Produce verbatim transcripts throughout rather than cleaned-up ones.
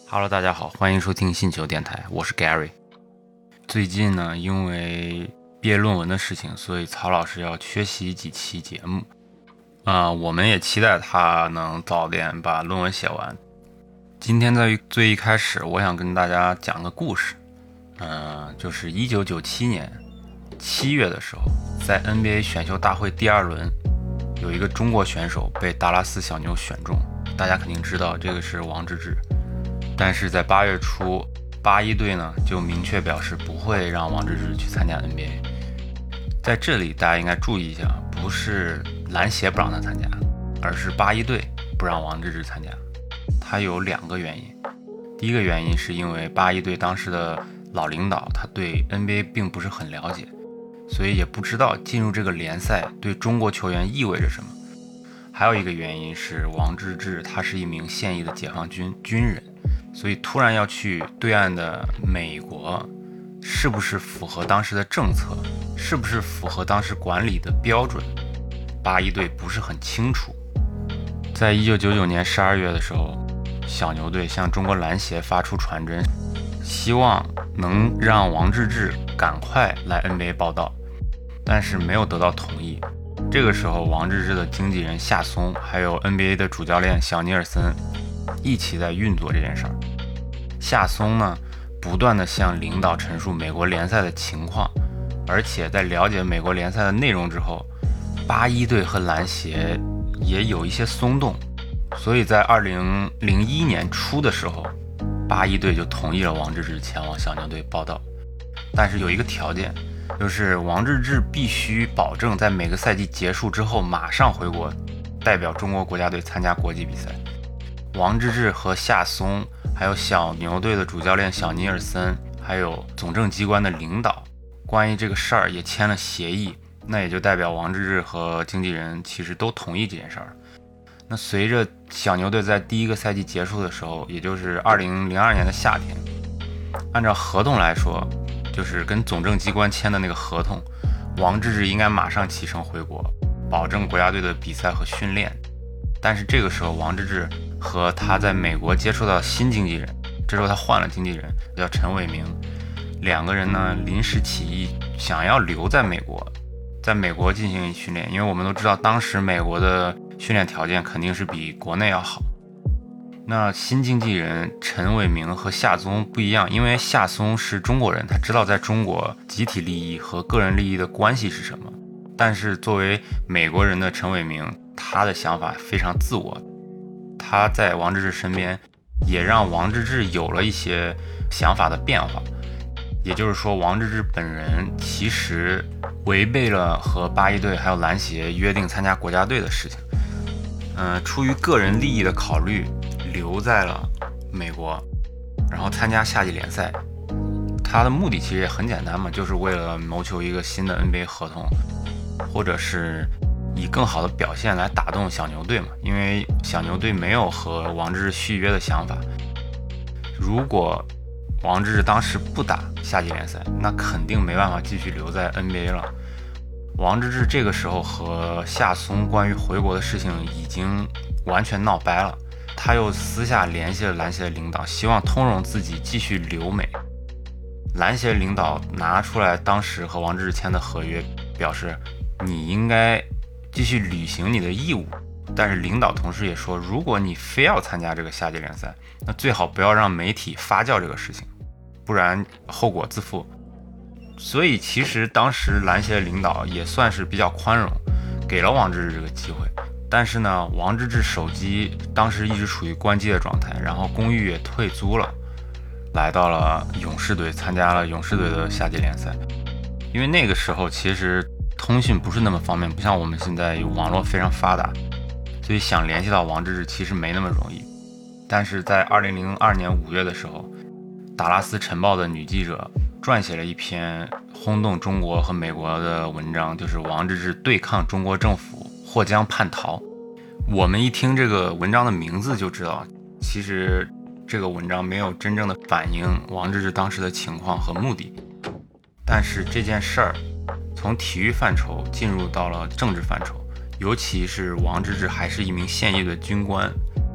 Hello， 大家好，欢迎收听星球电台，我是 Gary。最近呢，因为毕业论文的事情，所以曹老师要缺席几期节目。啊、呃，我们也期待他能早点把论文写完。今天在最一开始，我想跟大家讲个故事。嗯、呃，就是一九九七年七月的时候，在 N B A 选秀大会第二轮，有一个中国选手被达拉斯小牛选中，大家肯定知道这个是王治郅。但是在八月初，八一队呢就明确表示不会让王治郅去参加 N B A。在这里大家应该注意一下，不是篮协不让他参加，而是八一队不让王治郅参加。他有两个原因，第一个原因是因为八一队当时的老领导他对 N B A 并不是很了解，所以也不知道进入这个联赛对中国球员意味着什么。还有一个原因是王治郅他是一名现役的解放军军人，所以突然要去对岸的美国，是不是符合当时的政策，是不是符合当时管理的标准，八一队不是很清楚。在一九九九年十二月的时候，小牛队向中国篮协发出传真，希望能让王治郅赶快来 N B A 报道，但是没有得到同意。这个时候，王治郅的经纪人夏松还有 N B A 的主教练小尼尔森一起在运作这件事儿。夏松呢，不断地向领导陈述美国联赛的情况，而且在了解美国联赛的内容之后，八一队和篮协也有一些松动，所以在二零零一年初的时候，八一队就同意了王治郅前往小牛队报道，但是有一个条件，就是王治郅必须保证在每个赛季结束之后马上回国，代表中国国家队参加国际比赛。王治郅和夏松还有小牛队的主教练小尼尔森还有总政机关的领导关于这个事儿也签了协议，那也就代表王治郅和经纪人其实都同意这件事儿。那随着小牛队在第一个赛季结束的时候，也就是二零零二年的夏天，按照合同来说，就是跟总政机关签的那个合同，王治郅应该马上启程回国，保证国家队的比赛和训练。但是这个时候王治郅和他在美国接触到新经纪人，这时候他换了经纪人叫陈伟明，两个人呢临时起意想要留在美国，在美国进行训练，因为我们都知道当时美国的训练条件肯定是比国内要好。那新经纪人陈伟明和夏松不一样，因为夏松是中国人，他知道在中国集体利益和个人利益的关系是什么，但是作为美国人的陈伟明，他的想法非常自我，他在王治郅身边也让王治郅有了一些想法的变化。也就是说，王治郅本人其实违背了和八一队还有篮协约定参加国家队的事情，呃，出于个人利益的考虑，留在了美国，然后参加夏季联赛。他的目的其实也很简单嘛，就是为了谋求一个新的 N B A 合同，或者是以更好的表现来打动小牛队嘛，因为小牛队没有和王治郅续约的想法。如果王治郅当时不打夏季联赛，那肯定没办法继续留在 N B A 了。王治郅这个时候和夏松关于回国的事情已经完全闹掰了，他又私下联系了篮协的领导，希望通融自己继续留美。篮协领导拿出来当时和王治郅签的合约，表示你应该继续履行你的义务，但是领导同时也说，如果你非要参加这个夏季联赛，那最好不要让媒体发酵这个事情，不然后果自负。所以其实当时篮协的领导也算是比较宽容，给了王治郅这个机会。但是呢，王治郅手机当时一直处于关机的状态，然后公寓也退租了，来到了勇士队，参加了勇士队的夏季联赛。因为那个时候其实通讯不是那么方便，不像我们现在有网络非常发达，所以想联系到王治郅其实没那么容易。但是在二零零二年五月的时候，达拉斯晨报的女记者撰写了一篇轰动中国和美国的文章，就是王治郅对抗中国政府或将叛逃。我们一听这个文章的名字就知道，其实这个文章没有真正的反映王治郅当时的情况和目的。但是这件事儿从体育范畴进入到了政治范畴，尤其是王治郅还是一名现役的军官，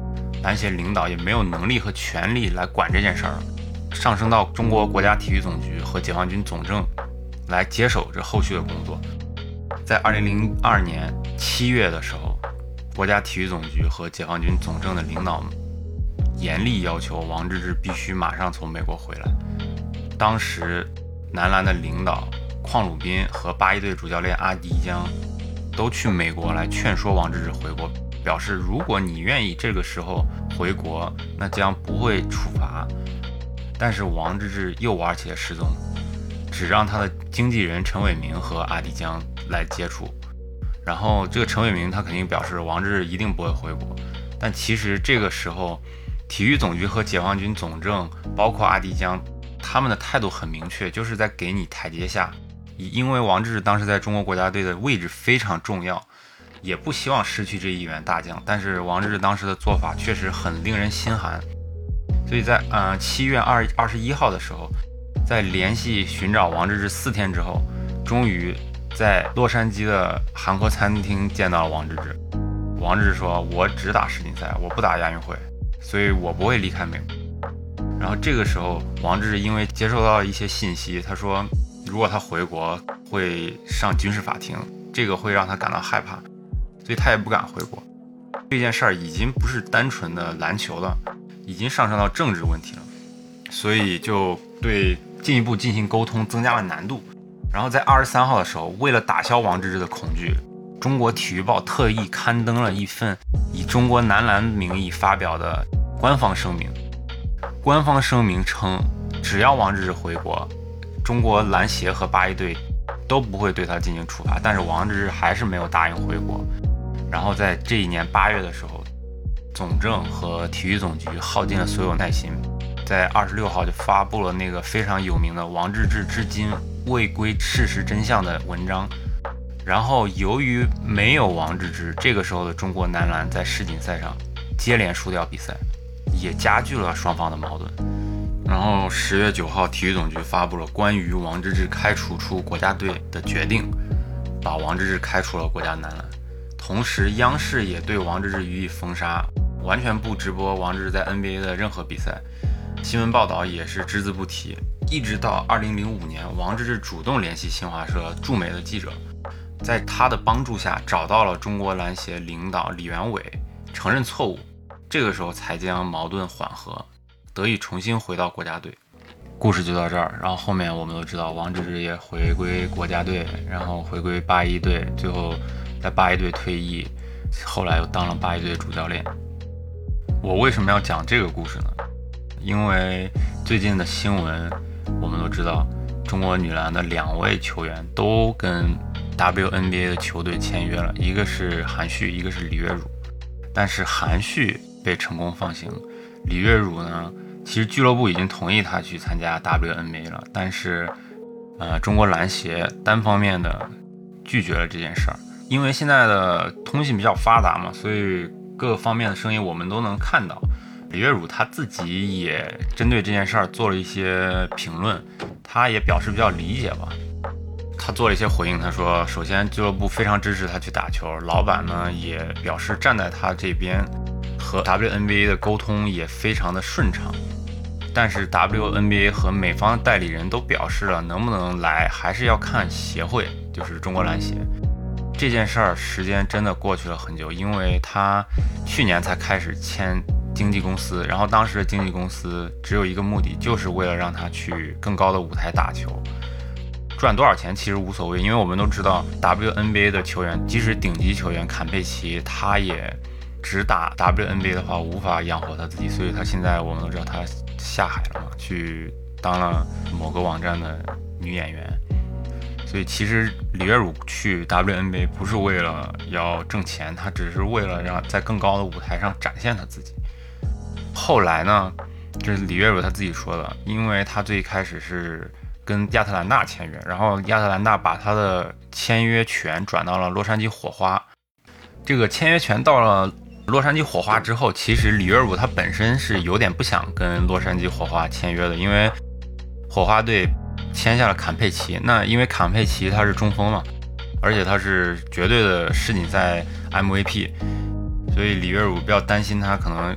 篮协领导也没有能力和权力来管这件事儿了，上升到中国国家体育总局和解放军总政来接手这后续的工作。在二零零二年七月的时候，国家体育总局和解放军总政的领导们严厉要求王治郅必须马上从美国回来。当时男篮的领导邝鲁彬和八一队主教练阿迪江都去美国来劝说王治郅回国，表示如果你愿意这个时候回国，那将不会处罚。但是王治郅又玩起了失踪，只让他的经纪人陈伟明和阿迪江来接触。然后这个陈伟明他肯定表示王治郅一定不会回国，但其实这个时候体育总局和解放军总政包括阿迪江他们的态度很明确，就是在给你台阶下。因为王治郅当时在中国国家队的位置非常重要，也不希望失去这一员大将，但是王治郅当时的做法确实很令人心寒。所以在呃七月二二十一号的时候，在联系寻找王治郅四天之后，终于在洛杉矶的韩国餐厅见到了王治郅。王治郅说：“我只打世锦赛，我不打亚运会，所以我不会离开美国。”然后这个时候，王治郅因为接受到一些信息，他说如果他回国会上军事法庭，这个会让他感到害怕，所以他也不敢回国。这件事儿已经不是单纯的篮球了，已经上升到政治问题了，所以就对进一步进行沟通增加了难度。然后在二十三号的时候，为了打消王治郅的恐惧，中国体育报特意刊登了一份以中国男篮名义发表的官方声明。官方声明称，只要王治郅回国，中国篮协和八一队都不会对他进行处罚。但是王治郅还是没有答应回国。然后在这一年八月的时候，总政和体育总局耗尽了所有耐心，在二十六号就发布了那个非常有名的王治郅至今未归事实真相的文章。然后由于没有王治郅，这个时候的中国男篮在世锦赛上接连输掉比赛，也加剧了双方的矛盾。然后十月九号，体育总局发布了关于王治郅开除出国家队的决定，把王治郅开除了国家男篮。同时央视也对王治郅予以封杀，完全不直播王治郅在 N B A 的任何比赛，新闻报道也是只字不提。一直到二零零五年，王治郅主动联系新华社驻美的记者，在他的帮助下找到了中国篮协领导李元伟，承认错误，这个时候才将矛盾缓和，得以重新回到国家队。故事就到这儿，然后后面我们都知道王治郅也回归国家队，然后回归八一队，最后在八一队退役，后来又当了八一队主教练。我为什么要讲这个故事呢？因为最近的新闻我们都知道，中国女篮的两位球员都跟 W N B A 的球队签约了，一个是韩旭，一个是李月汝。但是韩旭被成功放行，李月汝呢，其实俱乐部已经同意他去参加 W N B A 了，但是呃，中国篮协单方面的拒绝了这件事儿。因为现在的通信比较发达嘛，所以各个方面的声音我们都能看到。李月汝他自己也针对这件事儿做了一些评论，他也表示比较理解吧。他做了一些回应，他说首先俱乐部非常支持他去打球，老板呢也表示站在他这边，和 W N B A 的沟通也非常的顺畅。但是 W N B A 和美方代理人都表示了，能不能来还是要看协会，就是中国篮协。这件事儿时间真的过去了很久，因为他去年才开始签经纪公司，然后当时的经纪公司只有一个目的，就是为了让他去更高的舞台打球。赚多少钱其实无所谓，因为我们都知道 W N B A 的球员，即使顶级球员坎佩奇，他也只打 W N B A 的话无法养活他自己，所以他现在我们都知道他下海了嘛，去当了某个网站的女演员。所以其实李月汝去 W N B A 不是为了要挣钱，他只是为了让在更高的舞台上展现他自己。后来呢，这是李月汝他自己说的，因为他最开始是跟亚特兰大签约，然后亚特兰大把他的签约权转到了洛杉矶火花。这个签约权到了洛杉矶火花之后，其实李月汝他本身是有点不想跟洛杉矶火花签约的，因为火花队签下了坎佩奇，那因为坎佩奇他是中锋嘛，而且他是绝对的世锦赛 M V P， 所以李月汝比较担心他可能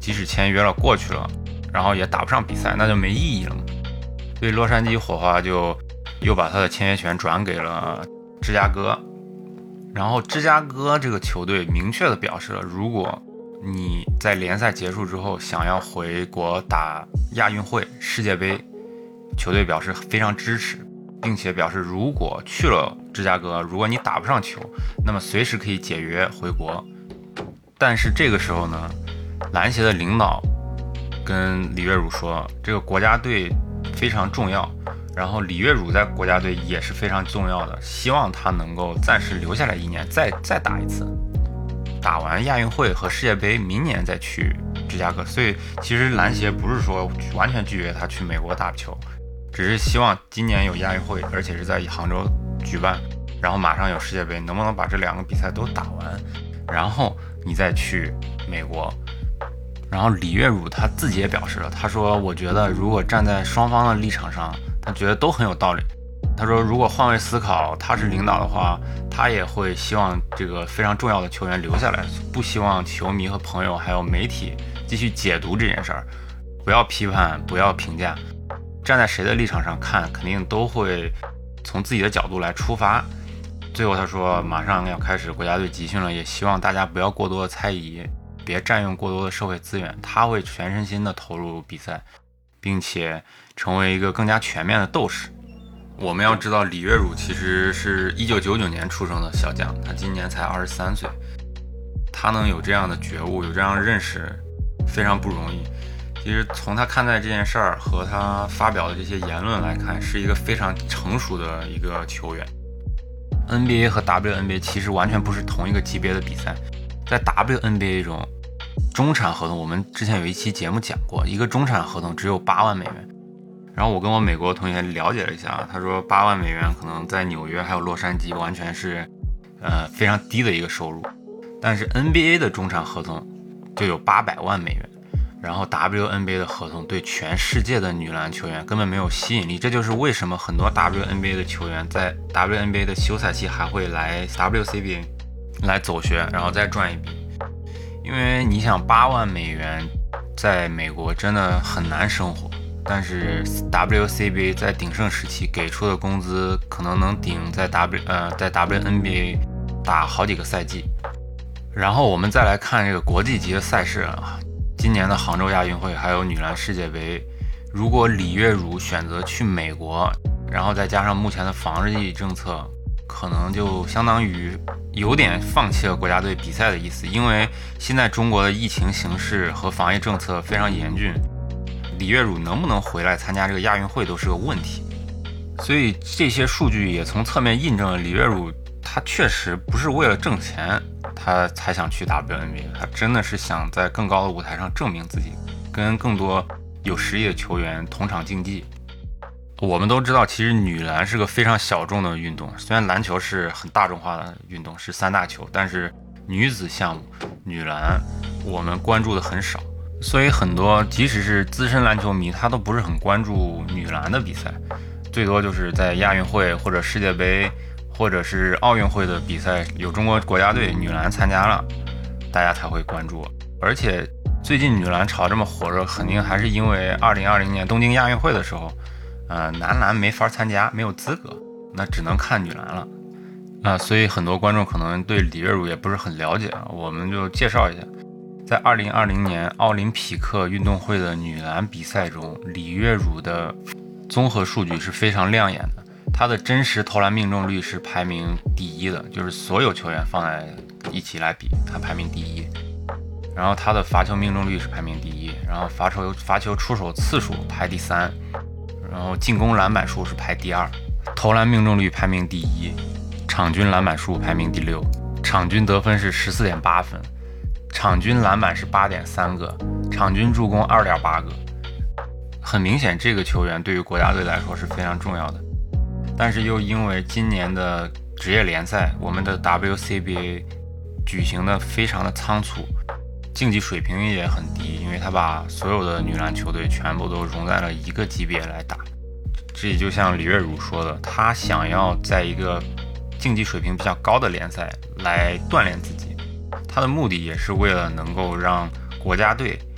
即使签约了过去了，然后也打不上比赛，那就没意义了嘛。所以洛杉矶火花就又把他的签约权转给了芝加哥，然后芝加哥这个球队明确的表示了，如果你在联赛结束之后想要回国打亚运会、世界杯，球队表示非常支持，并且表示如果去了芝加哥，如果你打不上球，那么随时可以解约回国。但是这个时候呢，篮协的领导跟李月儒说，这个国家队非常重要，然后李月儒在国家队也是非常重要的，希望他能够暂时留下来一年，再再打一次，打完亚运会和世界杯，明年再去芝加哥。所以其实篮协不是说完全拒绝他去美国打球，只是希望今年有亚运会，而且是在杭州举办，然后马上有世界杯，能不能把这两个比赛都打完，然后你再去美国。然后李月儒他自己也表示了，他说我觉得如果站在双方的立场上，他觉得都很有道理。他说如果换位思考，他是领导的话，他也会希望这个非常重要的球员留下来，不希望球迷和朋友还有媒体继续解读这件事儿，不要批判，不要评价，站在谁的立场上看，肯定都会从自己的角度来出发。最后他说马上要开始国家队集训了，也希望大家不要过多的猜疑，别占用过多的社会资源，他会全身心的投入比赛，并且成为一个更加全面的斗士。我们要知道李月儒其实是一九九九年出生的小将，他今年才二十三岁，他能有这样的觉悟，有这样的认识，非常不容易。其实从他看待这件事儿和他发表的这些言论来看，是一个非常成熟的一个球员。N B A 和 W N B A 其实完全不是同一个级别的比赛，在 W N B A 中，中产合同我们之前有一期节目讲过，一个中产合同只有八万美元。然后我跟我美国同学了解了一下，他说八万美元可能在纽约还有洛杉矶完全是呃非常低的一个收入，但是 N B A 的中产合同就有八百万美元，然后 W N B A 的合同对全世界的女篮球员根本没有吸引力，这就是为什么很多 W N B A 的球员在 W N B A 的休赛期还会来 W C B A 来走学，然后再赚一笔。因为你想八万美元在美国真的很难生活，但是 W C B A 在鼎盛时期给出的工资可能能顶在 W 呃在 W N B A 打好几个赛季。然后我们再来看这个国际级的赛事啊，今年的杭州亚运会还有女篮世界杯，如果李月儒选择去美国，然后再加上目前的防疫政策，可能就相当于有点放弃了国家队比赛的意思，因为现在中国的疫情形势和防疫政策非常严峻，李月儒能不能回来参加这个亚运会都是个问题。所以这些数据也从侧面印证了李月儒他确实不是为了挣钱他才想去 W N B A， 他真的是想在更高的舞台上证明自己，跟更多有实力的球员同场竞技。我们都知道其实女篮是个非常小众的运动，虽然篮球是很大众化的运动，是三大球，但是女子项目女篮我们关注的很少，所以很多即使是资深篮球迷他都不是很关注女篮的比赛，最多就是在亚运会或者世界杯或者是奥运会的比赛有中国国家队女篮参加了，大家才会关注。而且最近女篮炒这么火热，肯定还是因为二零二零年东京亚运会的时候呃，男篮没法参加，没有资格，那只能看女篮了啊、呃，所以很多观众可能对李月儒也不是很了解，我们就介绍一下。在二零二零年奥林匹克运动会的女篮比赛中，李月儒的综合数据是非常亮眼的，她的真实投篮命中率是排名第一的，就是所有球员放在一起来比，她排名第一。然后她的罚球命中率是排名第一，然后罚球罚球出手次数排第三，然后进攻篮板数是排第二，投篮命中率排名第一，场均篮板数排名第六，场均得分是 十四点八 分，场均篮板是 八点三 个，场均助攻 二点八 个。很明显这个球员对于国家队来说是非常重要的，但是又因为今年的职业联赛我们的 W C B A 举行的非常的仓促，竞技水平也很低，因为他把所有的女篮球队全部都融在了一个级别来打。这也就像李月儒说的，他想要在一个竞技水平比较高的联赛来锻炼自己，他的目的也是为了能够让国家队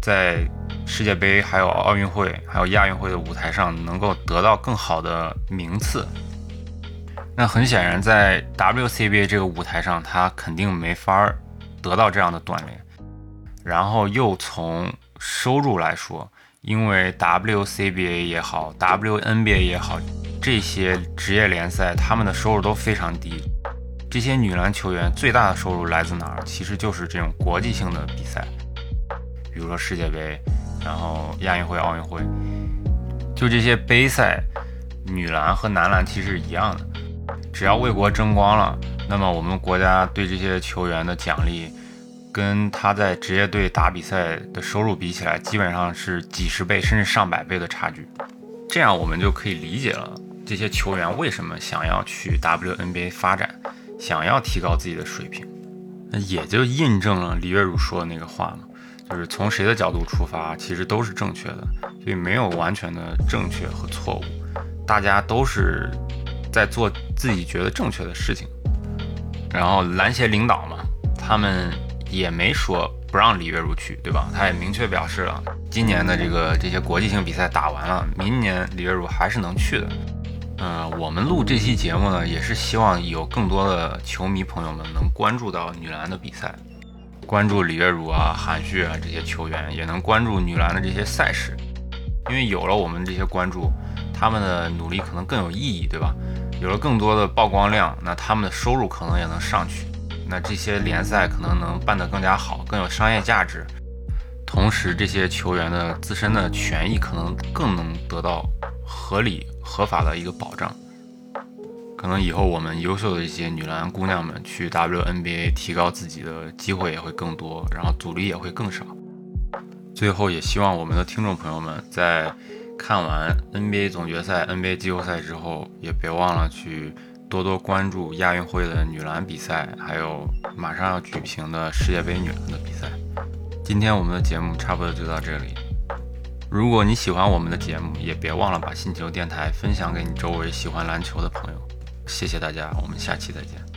在世界杯、还有奥运会、还有亚运会的舞台上能够得到更好的名次。那很显然，在 W C B A 这个舞台上，他肯定没法得到这样的锻炼。然后又从收入来说，因为 W C B A 也好 W N B A 也好，这些职业联赛他们的收入都非常低。这些女篮球员最大的收入来自哪儿？其实就是这种国际性的比赛，比如说世界杯，然后亚运会、奥运会，就这些杯赛，女篮和男篮其实是一样的。只要为国争光了，那么我们国家对这些球员的奖励跟他在职业队打比赛的收入比起来，基本上是几十倍甚至上百倍的差距。这样我们就可以理解了这些球员为什么想要去 W N B A 发展，想要提高自己的水平。那也就印证了李月儒说的那个话嘛，就是从谁的角度出发其实都是正确的，所以没有完全的正确和错误，大家都是在做自己觉得正确的事情。然后篮协领导嘛，他们也没说不让李月儒去，对吧？他也明确表示了，今年的这个这些国际性比赛打完了，明年李月儒还是能去的。嗯、呃，我们录这期节目呢，也是希望有更多的球迷朋友们能关注到女篮的比赛，关注李月儒啊、韩旭啊这些球员，也能关注女篮的这些赛事。因为有了我们这些关注，他们的努力可能更有意义，对吧？有了更多的曝光量，那他们的收入可能也能上去。那这些联赛可能能办得更加好，更有商业价值，同时这些球员的自身的权益可能更能得到合理合法的一个保障。可能以后我们优秀的一些女篮姑娘们去 W N B A 提高自己的机会也会更多，然后阻力也会更少。最后也希望我们的听众朋友们在看完 N B A 总决赛、N B A 季后赛之后，也别忘了去多多关注亚运会的女篮比赛，还有马上要举行的世界杯女篮的比赛。今天我们的节目差不多就到这里。如果你喜欢我们的节目，也别忘了把星球电台分享给你周围喜欢篮球的朋友。谢谢大家，我们下期再见。